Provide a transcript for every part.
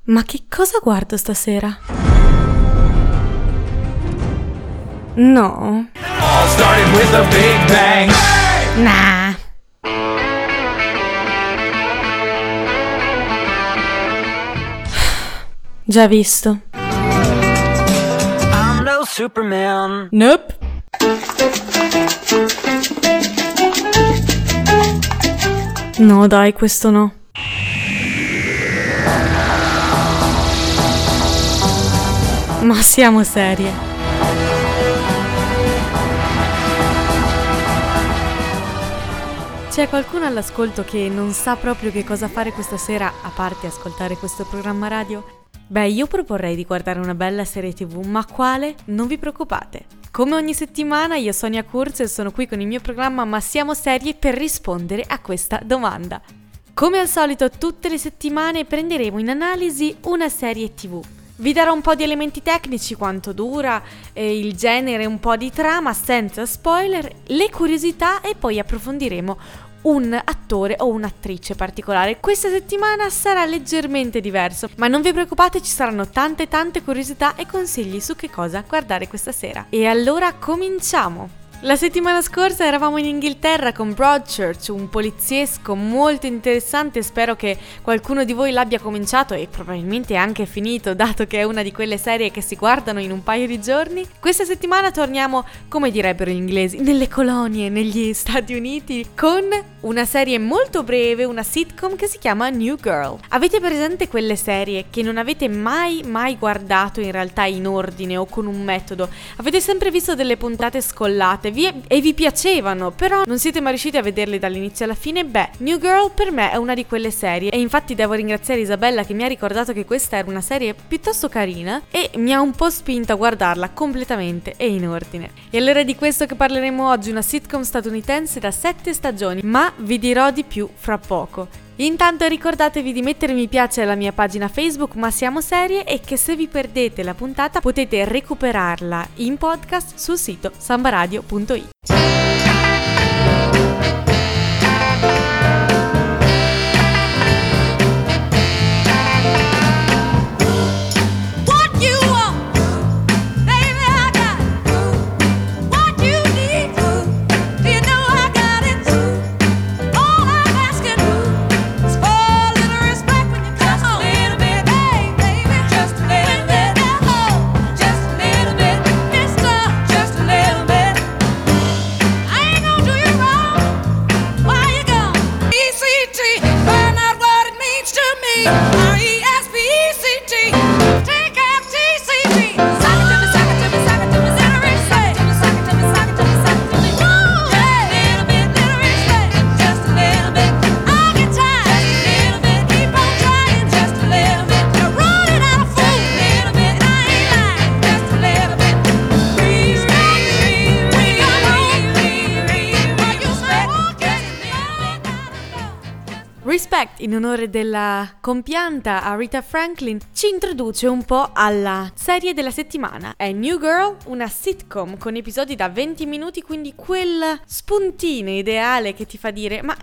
Ma che cosa guardo stasera? No. All started with a big bang. Nah. Già visto. I'm no Superman. Nope. No, dai, questo no. Ma siamo serie. C'è qualcuno all'ascolto che non sa proprio che cosa fare questa sera, a parte ascoltare questo programma radio? Beh, io proporrei di guardare una bella serie TV, ma quale? Non vi preoccupate. Come ogni settimana, io Sonia Kurz e sono qui con il mio programma Ma siamo serie per rispondere a questa domanda. Come al solito, tutte le settimane prenderemo in analisi una serie TV. Vi darò un po' di elementi tecnici, quanto dura, il genere, un po' di trama, senza spoiler, le curiosità e poi approfondiremo un attore o un'attrice particolare. Questa settimana sarà leggermente diverso, ma non vi preoccupate, ci saranno tante curiosità e consigli su che cosa guardare questa sera. E allora cominciamo! La settimana scorsa eravamo in Inghilterra con Broadchurch, un poliziesco molto interessante. Spero che qualcuno di voi l'abbia cominciato e probabilmente anche finito, dato che è una di quelle serie che si guardano in un paio di giorni. Questa settimana torniamo, come direbbero gli inglesi, nelle colonie, negli Stati Uniti, con una serie molto breve, una sitcom che si chiama New Girl. Avete presente quelle serie che non avete mai guardato in realtà in ordine o con un metodo? Avete sempre visto delle puntate scollate e vi piacevano, però non siete mai riusciti a vederle dall'inizio alla fine? Beh, New Girl per me è una di quelle serie e infatti devo ringraziare Isabella che mi ha ricordato che questa era una serie piuttosto carina e mi ha un po' spinto a guardarla completamente e in ordine. E allora è di questo che parleremo oggi, una sitcom statunitense da 7 stagioni, ma vi dirò di più fra poco. Intanto ricordatevi di mettere mi piace alla mia pagina Facebook Ma siamo serie e che se vi perdete la puntata potete recuperarla in podcast sul sito sambaradio.it. Respect, in onore della compianta Aretha Franklin, ci introduce un po' alla serie della settimana. È New Girl, una sitcom con episodi da 20 minuti, quindi quel spuntino ideale che ti fa dire ma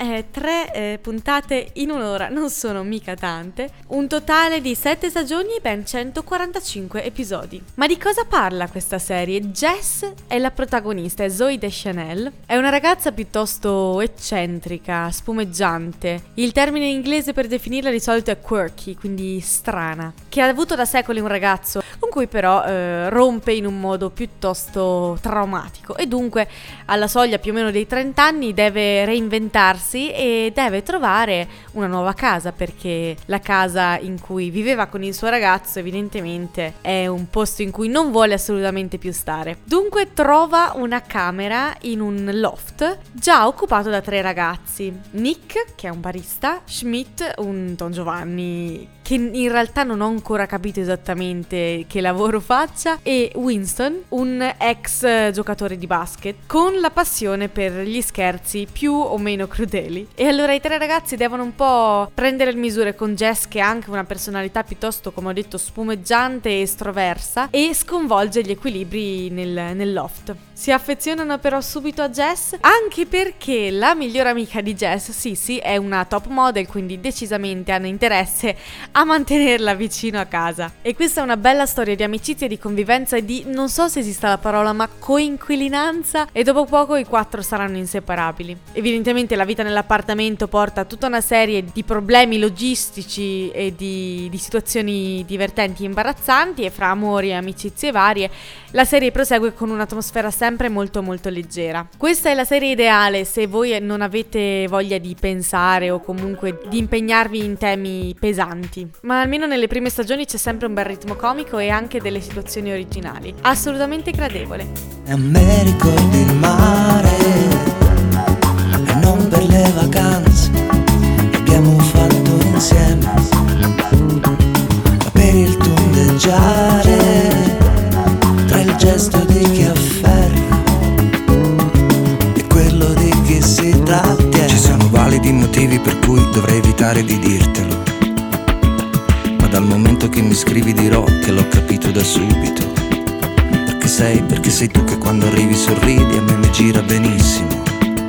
3 puntate in un'ora non sono mica tante. Un totale di 7 stagioni e ben 145 episodi. Ma di cosa parla questa serie? Jess è la protagonista, è Zooey Deschanel, è una ragazza piuttosto eccentrica, spumeggiante. Il termine inglese per definirla di solito è quirky, quindi strana, che ha avuto da secoli un ragazzo con cui però rompe in un modo piuttosto traumatico e dunque alla soglia più o meno dei 30 anni deve reinventarsi e deve trovare una nuova casa, perché la casa in cui viveva con il suo ragazzo evidentemente è un posto in cui non vuole assolutamente più stare. Dunque trova una camera in un loft già occupato da 3 ragazzi: Nick, che è un barista, Schmidt, un Don Giovanni che in realtà non ho ancora capito esattamente che lavoro faccia, e Winston, un ex giocatore di basket con la passione per gli scherzi più o meno crudeli. E allora i 3 ragazzi devono un po' prendere le misure con Jess, che ha anche una personalità piuttosto, come ho detto, spumeggiante e estroversa, e sconvolge gli equilibri nel loft. Si affezionano però subito a Jess, anche perché la migliore amica di Jess, Sissy, è una top model, quindi decisamente hanno interesse a mantenerla vicino a casa. E questa è una bella storia di amicizia, di convivenza e di, non so se esista la parola, ma coinquilinanza, e dopo poco i 4 saranno inseparabili. Evidentemente la vita nell'appartamento porta a tutta una serie di problemi logistici e di situazioni divertenti e imbarazzanti, e fra amori e amicizie varie la serie prosegue con un'atmosfera sempre molto molto leggera. Questa è la serie ideale se voi non avete voglia di pensare o comunque di impegnarvi in temi pesanti, ma almeno nelle prime stagioni c'è sempre un bel ritmo comico e anche delle situazioni originali, assolutamente gradevole. E mi ricordi il mare, e non per le vacanze che abbiamo fatto insieme, ma per il tondeggiare tra il gesto di chi afferra e quello di chi si trattiene. Ci sono validi motivi per cui dovrei evitare di dirtelo, ma dal momento che mi scrivi dirò che l'ho capito da subito. Perché sei tu che quando arrivi sorridi, a me mi gira benissimo.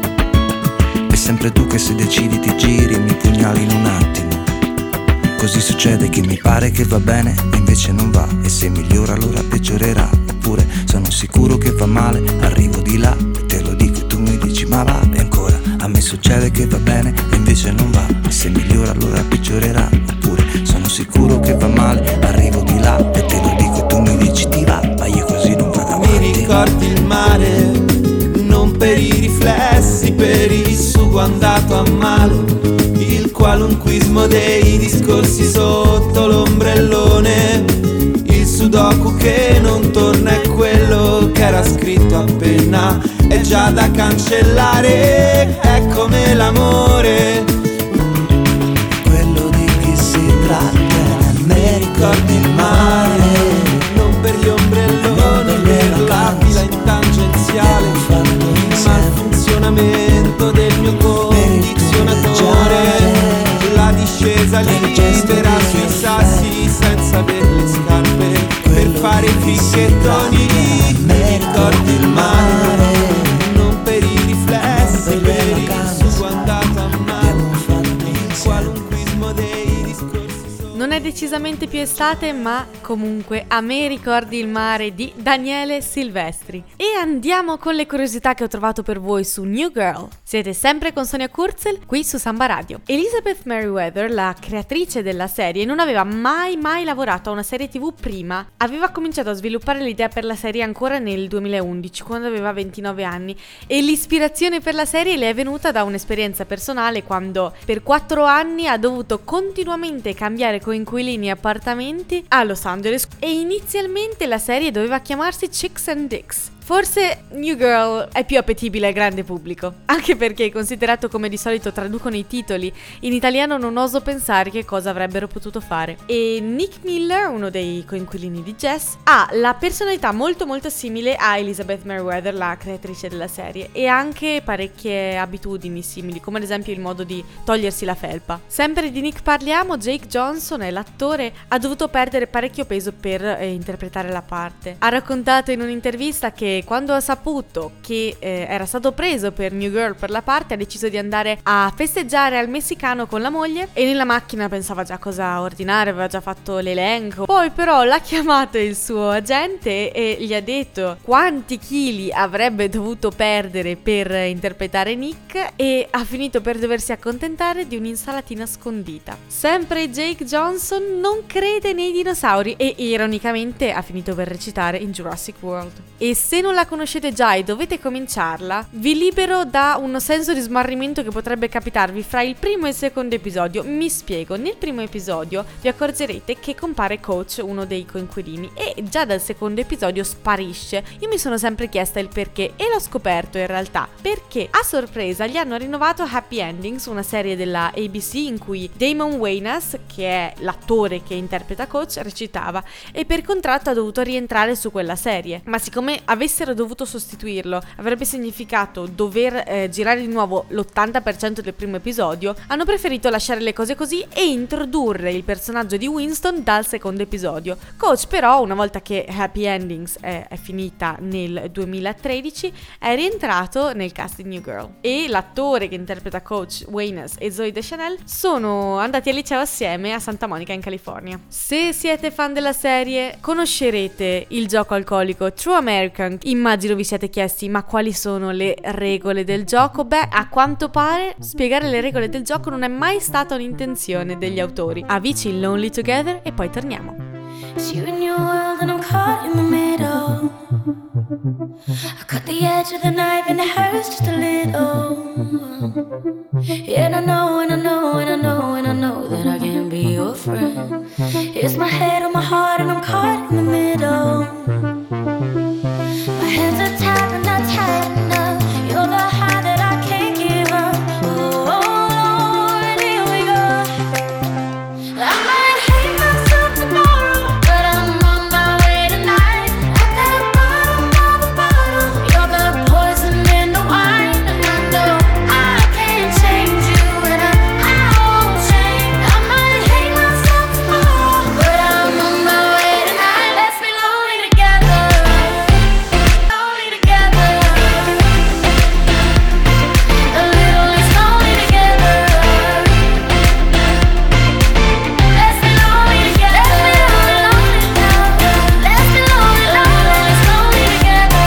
È sempre tu che se decidi ti giri e mi pugnali in un attimo. Così succede che mi pare che va bene e invece non va, e se migliora allora peggiorerà. Oppure sono sicuro che va male, arrivo di là e te lo dico e tu mi dici ma va. E ancora a me succede che va bene e invece non va, e se migliora allora peggiorerà. Oppure sono sicuro che va male, arrivo di là e te lo dico e tu mi dici ti va, ma io così non vado avanti. Mi ricordi il mare, non per i riflessi, per il sugo andato a male, il qualunquismo dei discorsi sotto l'ombrellone, il sudoku che non torna è quello che era scritto appena, è già da cancellare, è come l'amore, quello di chi si tratta. Mi ricordi il mare, non per gli ombrelloni, per la fila in tangenziale, il malfunzionamento del mio condizionatore, la discesa libera sui sassi senza avere le scarpe per fare i ficchettoni. Mi ricordi il mare, non per i riflessi, per il suo andato a mare, il qualunquismo dei discorsi. Non è decisamente più estate, ma comunque a me ricordi il mare di Daniele Silvestri. E andiamo con le curiosità che ho trovato per voi su New Girl. Siete sempre con Sonia Kurzel, qui su Samba Radio. Elizabeth Merriweather, la creatrice della serie, non aveva mai lavorato a una serie TV prima. Aveva cominciato a sviluppare l'idea per la serie ancora nel 2011, quando aveva 29 anni, e l'ispirazione per la serie le è venuta da un'esperienza personale quando per 4 anni ha dovuto continuamente cambiare coinquilini e appartamenti a Los Angeles, e inizialmente la serie doveva chiamarsi Chicks and Dicks. Forse New Girl è più appetibile al grande pubblico, anche perché, considerato come di solito traducono i titoli, in italiano non oso pensare che cosa avrebbero potuto fare. E Nick Miller, uno dei coinquilini di Jess, ha la personalità molto simile a Elizabeth Merriweather, la creatrice della serie, e anche parecchie abitudini simili, come ad esempio il modo di togliersi la felpa. Sempre di Nick parliamo, Jake Johnson, l'attore, ha dovuto perdere parecchio peso per interpretare la parte. Ha raccontato in un'intervista che quando ha saputo che era stato preso per New Girl per la parte, ha deciso di andare a festeggiare al messicano con la moglie, e nella macchina pensava già cosa ordinare, aveva già fatto l'elenco. Poi però l'ha chiamato il suo agente e gli ha detto quanti chili avrebbe dovuto perdere per interpretare Nick, e ha finito per doversi accontentare di un'insalatina scondita. Sempre Jake Johnson non crede nei dinosauri e ironicamente ha finito per recitare in Jurassic World. E se non la conoscete già e dovete cominciarla, vi libero da uno senso di smarrimento che potrebbe capitarvi fra il primo e il secondo episodio. Mi spiego: nel primo episodio vi accorgerete che compare Coach, uno dei coinquilini, e già dal secondo episodio sparisce. Io mi sono sempre chiesta il perché e l'ho scoperto in realtà perché a sorpresa gli hanno rinnovato Happy Endings, una serie della ABC in cui Damon Wayans, che è l'attore che interpreta Coach, recitava, e per contratto ha dovuto rientrare su quella serie. Ma siccome avesse avessero dovuto sostituirlo avrebbe significato dover girare di nuovo l'80% del primo episodio, hanno preferito lasciare le cose così e introdurre il personaggio di Winston dal secondo episodio. Coach però, una volta che Happy Endings è finita nel 2013, è rientrato nel cast di New Girl, e l'attore che interpreta Coach, Waynes, e Zooey Deschanel sono andati al liceo assieme a Santa Monica in California. Se siete fan della serie, conoscerete il gioco alcolico True American. Immagino vi siate chiesti: ma quali sono le regole del gioco? Beh, a quanto pare spiegare le regole del gioco non è mai stata un'intenzione degli autori. Avicii Lonely Together e poi torniamo. It's you and your world and I'm caught in the middle. I cut the edge of the knife and it hurts just a little. And I know, and I know, and I know, and I know that I can't be your friend. It's my head on my heart and I'm caught in the middle. My hands are tied and not tight enough. You're the high that I can't give up. Oh, Lord, here we go. I might hate myself tomorrow, but I'm on my way tonight. At the bottom of the bottle, you're the poison in the wine. And I know I can't change you, and I won't change. I might hate myself tomorrow, but I'm on my way tonight. Let's be lonely together, lonely together. A little less lonely together. Let's be lonely together. Let's be lonely, lonely, less lonely together.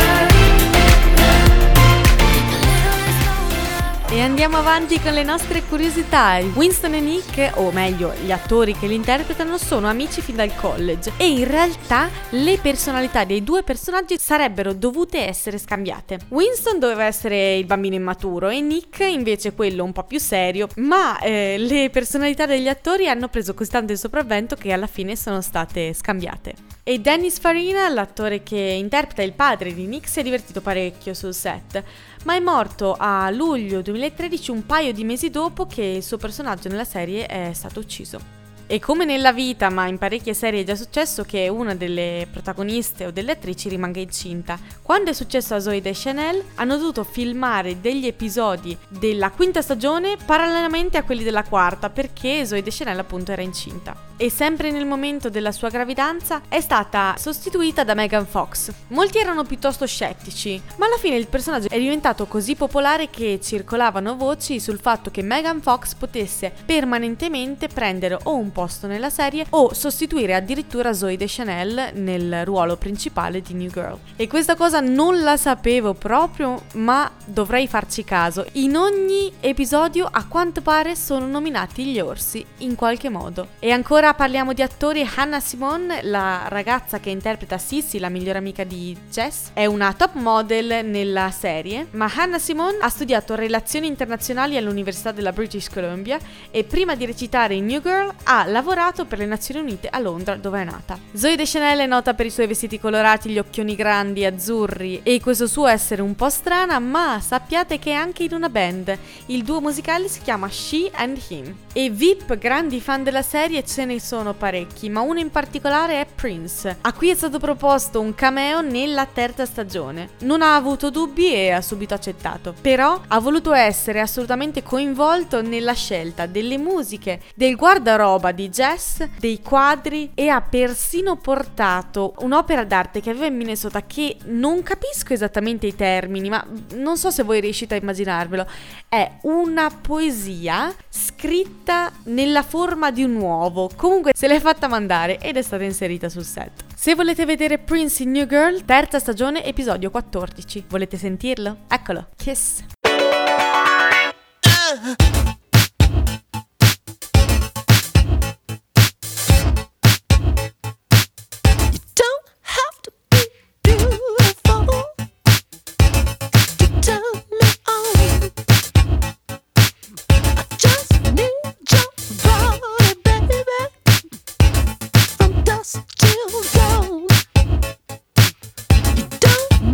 E andiamo avanti con le nostre curiosità. Winston e Nick, o meglio gli attori che li interpretano, sono amici fin dal college e in realtà le personalità dei due personaggi sarebbero dovute essere scambiate. Winston doveva essere il bambino immaturo e Nick invece quello un po' più serio, ma le personalità degli attori hanno preso così tanto il sopravvento che alla fine sono state scambiate. E Dennis Farina, l'attore che interpreta il padre di Nick, si è divertito parecchio sul set, ma è morto a luglio 2013, un paio di mesi dopo che il suo personaggio nella serie è stato ucciso. E come nella vita, ma in parecchie serie è già successo che una delle protagoniste o delle attrici rimanga incinta. Quando è successo a Zooey Deschanel, hanno dovuto filmare degli episodi della quinta stagione parallelamente a quelli della quarta, perché Zooey Deschanel appunto era incinta. E sempre nel momento della sua gravidanza è stata sostituita da Megan Fox. Molti erano piuttosto scettici, ma alla fine il personaggio è diventato così popolare che circolavano voci sul fatto che Megan Fox potesse permanentemente prendere o un posto nella serie o sostituire addirittura Zooey Deschanel nel ruolo principale di New Girl. E questa cosa non la sapevo proprio, ma dovrei farci caso. In ogni episodio a quanto pare sono nominati gli orsi in qualche modo. E ancora parliamo di attori. Hannah Simone, la ragazza che interpreta Sissy, la migliore amica di Jess, è una top model nella serie, ma Hannah Simone ha studiato relazioni internazionali all'Università della British Columbia e prima di recitare in New Girl ha lavorato per le Nazioni Unite a Londra, dove è nata. Zooey Deschanel è nota per i suoi vestiti colorati, gli occhioni grandi, azzurri e questo suo essere un po' strana, ma sappiate che è anche in una band. Il duo musicale si chiama She and Him. E VIP, grandi fan della serie, ce ne sono parecchi, ma uno in particolare è Prince, a cui è stato proposto un cameo nella terza stagione. Non ha avuto dubbi e ha subito accettato, però ha voluto essere assolutamente coinvolto nella scelta delle musiche, del guardaroba di Jess, dei quadri, e ha persino portato un'opera d'arte che aveva in Minnesota, che non capisco esattamente i termini, ma non so se voi riuscite a immaginarvelo. È una poesia scritta nella forma di un uovo. Comunque se l'è fatta mandare ed è stata inserita sul set. Se volete vedere Prince in New Girl, terza stagione, episodio 14. Volete sentirlo? Eccolo. Kiss.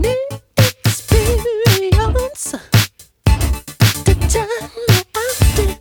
Tell me I'm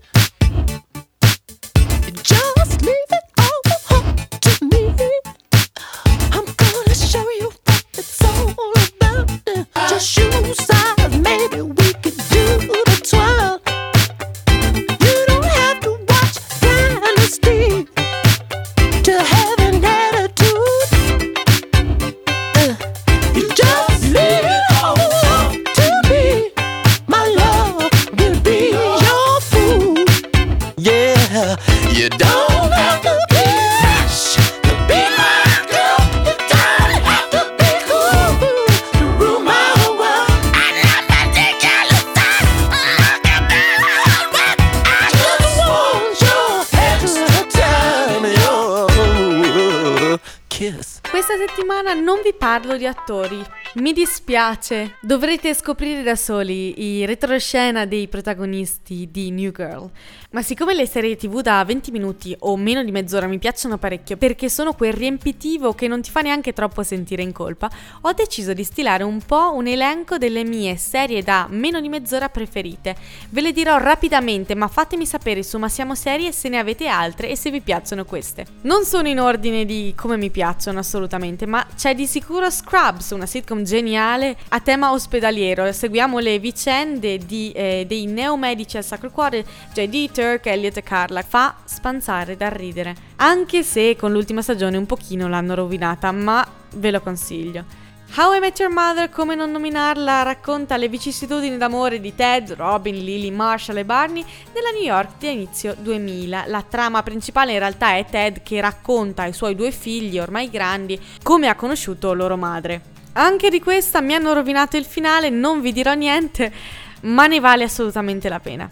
kiss. Questa settimana non vi parlo di attori, mi dispiace, dovrete scoprire da soli i retroscena dei protagonisti di New Girl. Ma siccome le serie TV da 20 minuti o meno di mezz'ora mi piacciono parecchio perché sono quel riempitivo che non ti fa neanche troppo sentire in colpa, ho deciso di stilare un po' un elenco delle mie serie da meno di mezz'ora preferite. Ve le dirò rapidamente, ma fatemi sapere su Ma Siamo Serie se ne avete altre e se vi piacciono queste. Non sono in ordine di come mi piacciono assolutamente, ma c'è di sicuro Scrubs, una sitcom geniale a tema ospedaliero. Seguiamo le vicende dei neomedici al Sacro Cuore, J.D., Turk, Elliot e Carla. Fa spanzare dal ridere, anche se con l'ultima stagione un pochino l'hanno rovinata, ma ve lo consiglio. How I Met Your Mother, come non nominarla, racconta le vicissitudini d'amore di Ted, Robin, Lily, Marshall e Barney nella New York di inizio 2000. La trama principale in realtà è Ted che racconta ai suoi 2 figli, ormai grandi, come ha conosciuto loro madre. Anche di questa mi hanno rovinato il finale, non vi dirò niente, ma ne vale assolutamente la pena.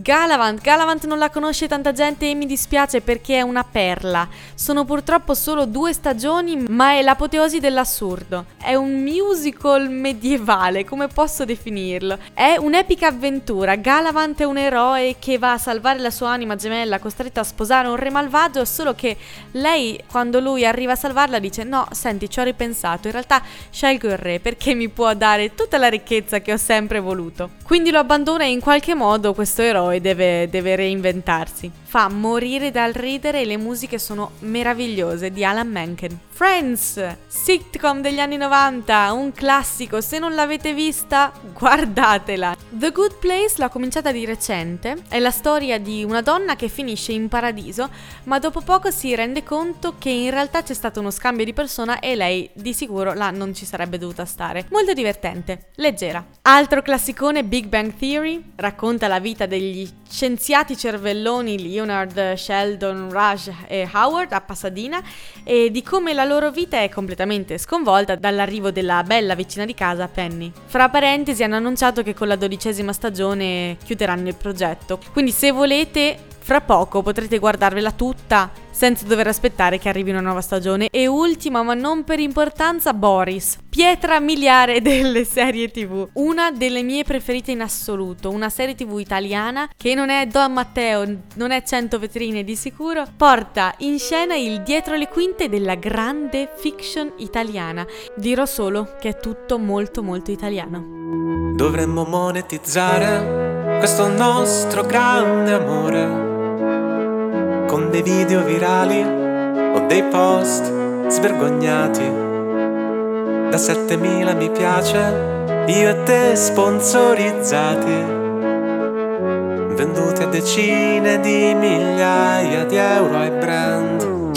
Galavant non la conosce tanta gente e mi dispiace perché è una perla. Sono purtroppo solo 2 stagioni, ma è l'apoteosi dell'assurdo. È un musical medievale, come posso definirlo? È un'epica avventura. Galavant è un eroe che va a salvare la sua anima gemella costretta a sposare un re malvagio, solo che lei, quando lui arriva a salvarla, dice: no, senti, ci ho ripensato, in realtà scelgo il re perché mi può dare tutta la ricchezza che ho sempre voluto. Quindi lo abbandona e in qualche modo questo eroe deve reinventarsi. Fa morire dal ridere e le musiche sono meravigliose di Alan Menken. Friends, sitcom degli anni 90, un classico, se non l'avete vista guardatela. The Good Place l'ho cominciata di recente, è la storia di una donna che finisce in paradiso, ma dopo poco si rende conto che in realtà c'è stato uno scambio di persona e lei di sicuro là non ci sarebbe dovuta stare. Molto divertente, leggera. Altro classicone, Big Bang Theory, racconta la vita degli scienziati cervelloni Leonard, Sheldon, Raj e Howard a Pasadena e di come la loro vita è completamente sconvolta dall'arrivo della bella vicina di casa Penny. Fra parentesi hanno annunciato che con la 12ª stagione chiuderanno il progetto, quindi se volete fra poco potrete guardarvela tutta senza dover aspettare che arrivi una nuova stagione. E ultima ma non per importanza, Boris, pietra miliare delle serie TV, una delle mie preferite in assoluto, una serie TV italiana che non è Don Matteo, non è 100 vetrine di sicuro, porta in scena il dietro le quinte della grande fiction italiana. Dirò solo che è tutto molto molto italiano. Dovremmo monetizzare questo nostro grande amore con dei video virali o dei post svergognati da 7000 mi piace, io e te sponsorizzati, venduti a decine di migliaia di euro ai brand,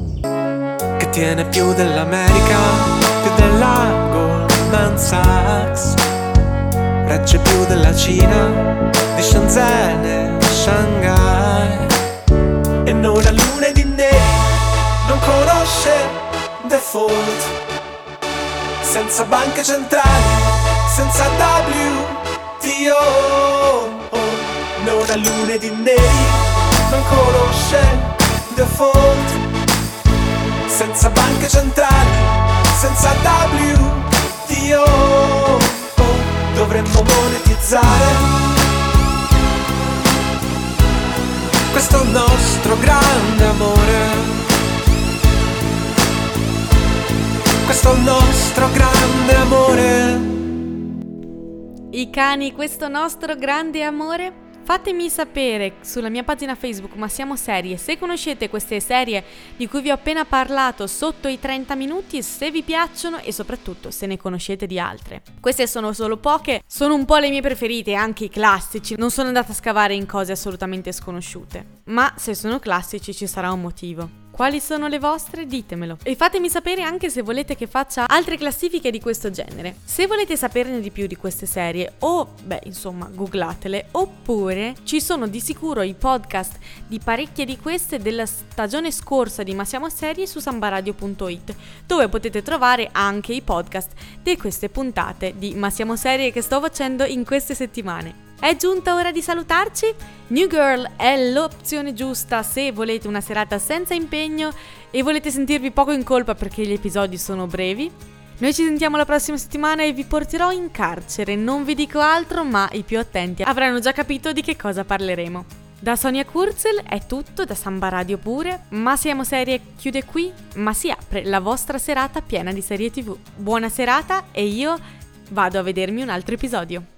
che tiene più dell'America, più della Goldman Sachs, regge più della Cina, di Shenzhen e Shanghai. E non ha lune di neri, non conosce default, senza banche centrali, senza WTO. Non ha lune di neri, non conosce default, senza banche centrali, senza WTO. Dovremmo monetizzare questo nostro grande amore, questo nostro grande amore. I cani, questo nostro grande amore. Fatemi sapere sulla mia pagina Facebook Ma Siamo Serie se conoscete queste serie di cui vi ho appena parlato sotto i 30 minuti, se vi piacciono e soprattutto se ne conoscete di altre. Queste sono solo poche, sono un po' le mie preferite, anche i classici, non sono andata a scavare in cose assolutamente sconosciute, ma se sono classici ci sarà un motivo. Quali sono le vostre? Ditemelo. E fatemi sapere anche se volete che faccia altre classifiche di questo genere. Se volete saperne di più di queste serie o, googlatele, oppure ci sono di sicuro i podcast di parecchie di queste della stagione scorsa di Ma Siamo Serie su sambaradio.it, dove potete trovare anche i podcast di queste puntate di Ma Siamo Serie che sto facendo in queste settimane. È giunta ora di salutarci. New Girl è l'opzione giusta se volete una serata senza impegno e volete sentirvi poco in colpa perché gli episodi sono brevi. Noi ci sentiamo la prossima settimana e vi porterò in carcere. Non vi dico altro, ma i più attenti avranno già capito di che cosa parleremo. Da Sonia Kurzel è tutto, da Samba Radio pure. Ma Siamo Serie chiude qui, ma si apre la vostra serata piena di serie TV. Buona serata e io vado a vedermi un altro episodio.